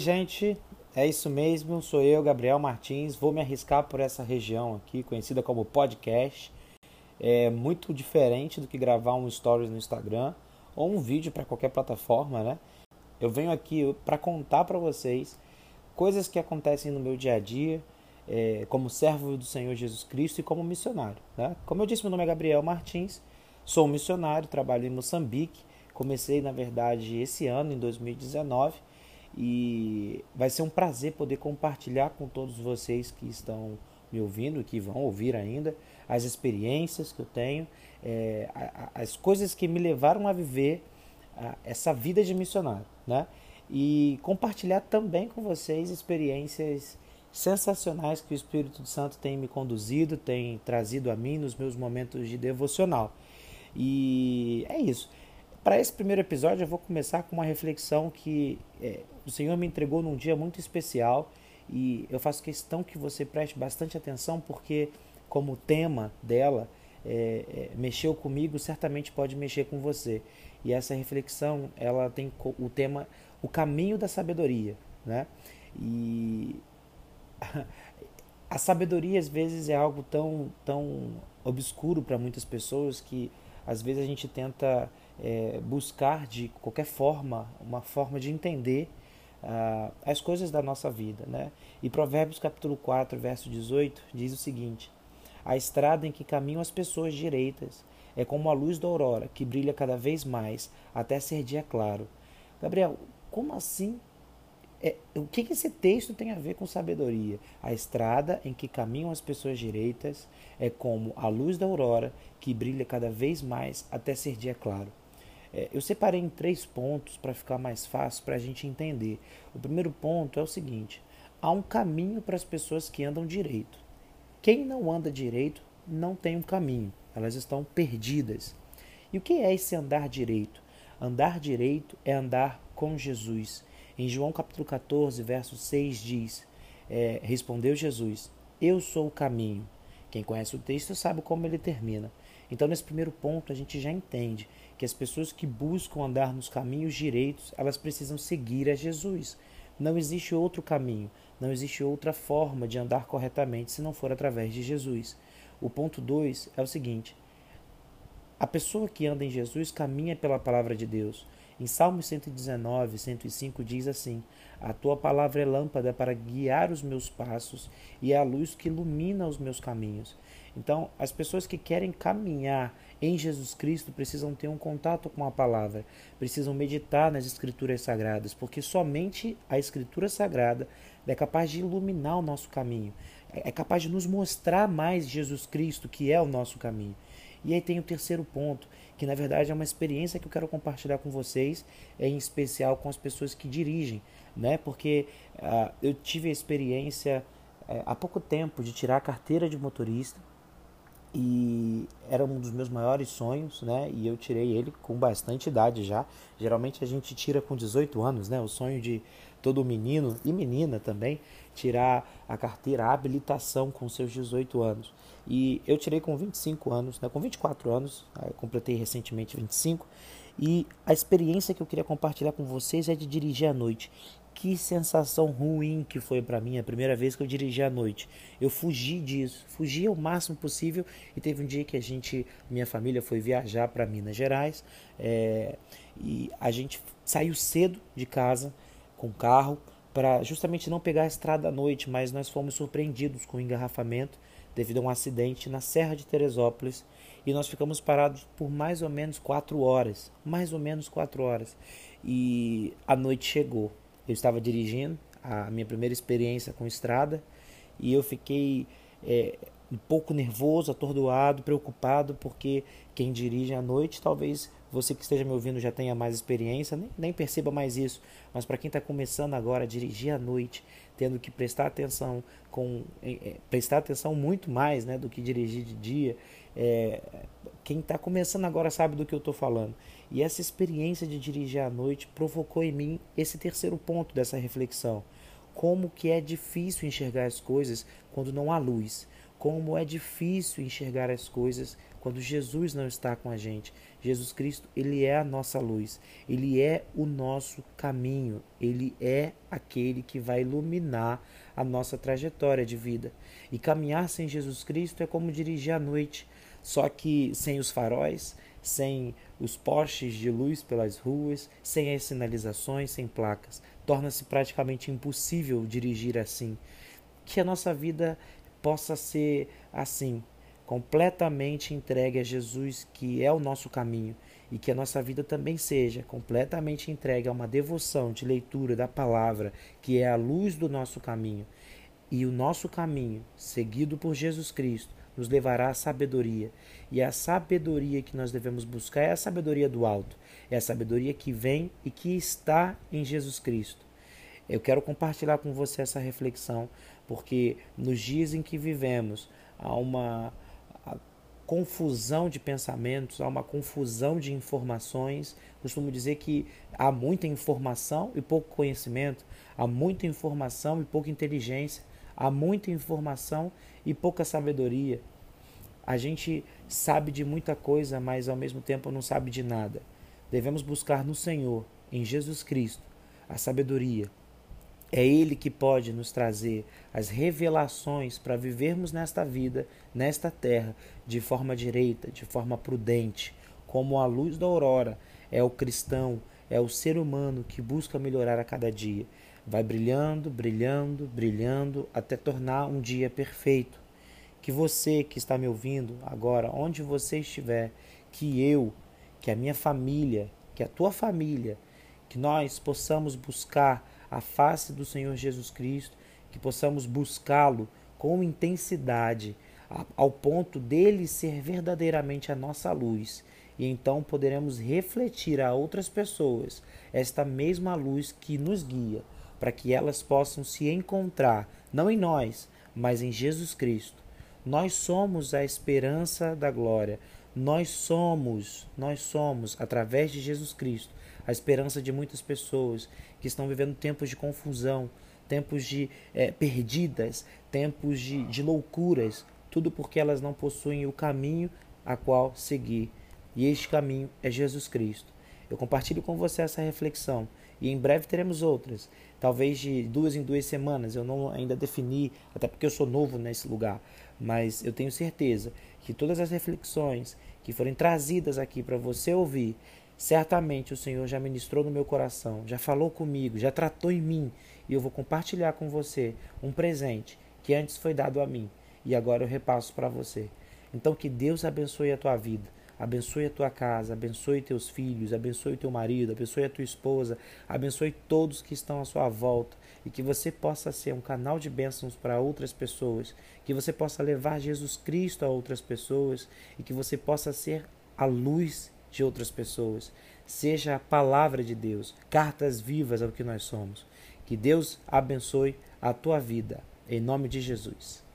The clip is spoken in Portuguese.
gente, é isso mesmo, sou eu, Gabriel Martins, vou me arriscar por essa região aqui, conhecida como podcast. É muito diferente do que gravar um stories no Instagram ou um vídeo para qualquer plataforma, né? Eu venho aqui para contar para vocês coisas que acontecem no meu dia a dia, como servo do Senhor Jesus Cristo e como missionário, né? Como eu disse, meu nome é Gabriel Martins, sou um missionário, trabalho em Moçambique, comecei na verdade esse ano, em 2019, e vai ser um prazer poder compartilhar com todos vocês que estão me ouvindo, que vão ouvir ainda, as experiências que eu tenho, as coisas que me levaram a viver essa vida de missionário, né? E compartilhar também com vocês experiências sensacionais que o Espírito Santo tem me conduzido, tem trazido a mim nos meus momentos de devocional. E é isso. Para esse primeiro episódio, eu vou começar com uma reflexão que o Senhor me entregou num dia muito especial e eu faço questão que você preste bastante atenção porque, como o tema dela mexeu comigo, certamente pode mexer com você. E essa reflexão, ela tem o tema o caminho da sabedoria, né? E a sabedoria às vezes é algo tão obscuro para muitas pessoas que às vezes a gente tenta buscar de qualquer forma uma forma de entender as coisas da nossa vida, né? E Provérbios capítulo 4 verso 18 diz o seguinte: a estrada em que caminham as pessoas direitas é como a luz da aurora que brilha cada vez mais até ser dia claro. Gabriel, como assim? O que esse texto tem a ver com sabedoria? A estrada em que caminham as pessoas direitas é como a luz da aurora que brilha cada vez mais até ser dia claro. Eu separei em 3 pontos para ficar mais fácil para a gente entender. O primeiro ponto é o seguinte: há um caminho para as pessoas que andam direito. Quem não anda direito não tem um caminho, elas estão perdidas. E o que é esse andar direito? Andar direito é andar com Jesus. Em João capítulo 14, verso 6 diz, respondeu Jesus: eu sou o caminho. Quem conhece o texto sabe como ele termina. Então, nesse primeiro ponto, a gente já entende que as pessoas que buscam andar nos caminhos direitos, elas precisam seguir a Jesus. Não existe outro caminho, não existe outra forma de andar corretamente se não for através de Jesus. O ponto 2 é o seguinte: a pessoa que anda em Jesus caminha pela palavra de Deus. Em Salmos 119, 105 diz assim: a tua palavra é lâmpada para guiar os meus passos e é a luz que ilumina os meus caminhos. Então, as pessoas que querem caminhar em Jesus Cristo precisam ter um contato com a palavra, precisam meditar nas escrituras sagradas, porque somente a escritura sagrada é capaz de iluminar o nosso caminho, é capaz de nos mostrar mais Jesus Cristo, que é o nosso caminho. E aí tem o terceiro ponto, que na verdade é uma experiência que eu quero compartilhar com vocês, em especial com as pessoas que dirigem, né? Porque eu tive a experiência há pouco tempo de tirar a carteira de motorista e era um dos meus maiores sonhos, né? E eu tirei ele com bastante idade já. Geralmente a gente tira com 18 anos, né? O sonho de todo menino e menina também, tirar a carteira, a habilitação com seus 18 anos. E eu tirei com 25 anos, né? Com 24 anos, eu completei recentemente 25. E a experiência que eu queria compartilhar com vocês é de dirigir à noite. Que sensação ruim que foi para mim a primeira vez que eu dirigi à noite. Eu fugi disso, fugi ao máximo possível. E teve um dia que minha família foi viajar para Minas Gerais, e a gente saiu cedo de casa com o carro para justamente não pegar a estrada à noite, mas nós fomos surpreendidos com um engarrafamento devido a um acidente na Serra de Teresópolis e nós ficamos parados por mais ou menos 4 horas, e a noite chegou. Eu estava dirigindo a minha primeira experiência com estrada e eu fiquei um pouco nervoso, atordoado, preocupado, porque quem dirige à noite, talvez você que esteja me ouvindo já tenha mais experiência, nem perceba mais isso, mas para quem está começando agora a dirigir à noite, tendo que prestar atenção muito mais, né, do que dirigir de dia, quem está começando agora sabe do que eu estou falando. E essa experiência de dirigir à noite provocou em mim esse terceiro ponto dessa reflexão. Como que é difícil enxergar as coisas quando não há luz. como é difícil enxergar as coisas quando Jesus não está com a gente. Jesus Cristo, ele é a nossa luz, ele é o nosso caminho, ele é aquele que vai iluminar a nossa trajetória de vida. E caminhar sem Jesus Cristo é como dirigir à noite, só que sem os faróis, sem os postes de luz pelas ruas, sem as sinalizações, sem placas. Torna-se praticamente impossível dirigir assim. Que a nossa vida possa ser assim, completamente entregue a Jesus, que é o nosso caminho, e que a nossa vida também seja completamente entregue a uma devoção de leitura da palavra, que é a luz do nosso caminho. E o nosso caminho, seguido por Jesus Cristo, nos levará à sabedoria. E a sabedoria que nós devemos buscar é a sabedoria do alto, é a sabedoria que vem e que está em Jesus Cristo. Eu quero compartilhar com você essa reflexão, porque nos dias em que vivemos há uma confusão de pensamentos, há uma confusão de informações. Costumo dizer que há muita informação e pouco conhecimento, há muita informação e pouca inteligência, há muita informação e pouca sabedoria. A gente sabe de muita coisa, mas ao mesmo tempo não sabe de nada. Devemos buscar no Senhor, em Jesus Cristo, a sabedoria. É Ele que pode nos trazer as revelações para vivermos nesta vida, nesta terra, de forma direita, de forma prudente, como a luz da aurora. É o cristão, é o ser humano que busca melhorar a cada dia. Vai brilhando, brilhando, brilhando, até tornar um dia perfeito. Que você que está me ouvindo agora, onde você estiver, que a minha família, que a tua família, que nós possamos buscar a face do Senhor Jesus Cristo, que possamos buscá-lo com intensidade, ao ponto dele ser verdadeiramente a nossa luz. E então poderemos refletir a outras pessoas esta mesma luz que nos guia, para que elas possam se encontrar, não em nós, mas em Jesus Cristo. Nós somos a esperança da glória. Nós somos, através de Jesus Cristo, a esperança de muitas pessoas que estão vivendo tempos de confusão, tempos de perdidas, tempos de loucuras, tudo porque elas não possuem o caminho a qual seguir. E este caminho é Jesus Cristo. Eu compartilho com você essa reflexão e em breve teremos outras, talvez de 2 em 2 semanas. Eu não ainda defini, até porque eu sou novo nesse lugar, mas eu tenho certeza que todas as reflexões que forem trazidas aqui para você ouvir, certamente o Senhor já ministrou no meu coração, já falou comigo, já tratou em mim, e eu vou compartilhar com você um presente que antes foi dado a mim e agora eu repasso para você. Então que Deus abençoe a tua vida, abençoe a tua casa, abençoe teus filhos, abençoe o teu marido, abençoe a tua esposa, abençoe todos que estão à sua volta, e que você possa ser um canal de bênçãos para outras pessoas, que você possa levar Jesus Cristo a outras pessoas e que você possa ser a luz de outras pessoas. Seja a palavra de Deus, cartas vivas ao que nós somos. Que Deus abençoe a tua vida, em nome de Jesus.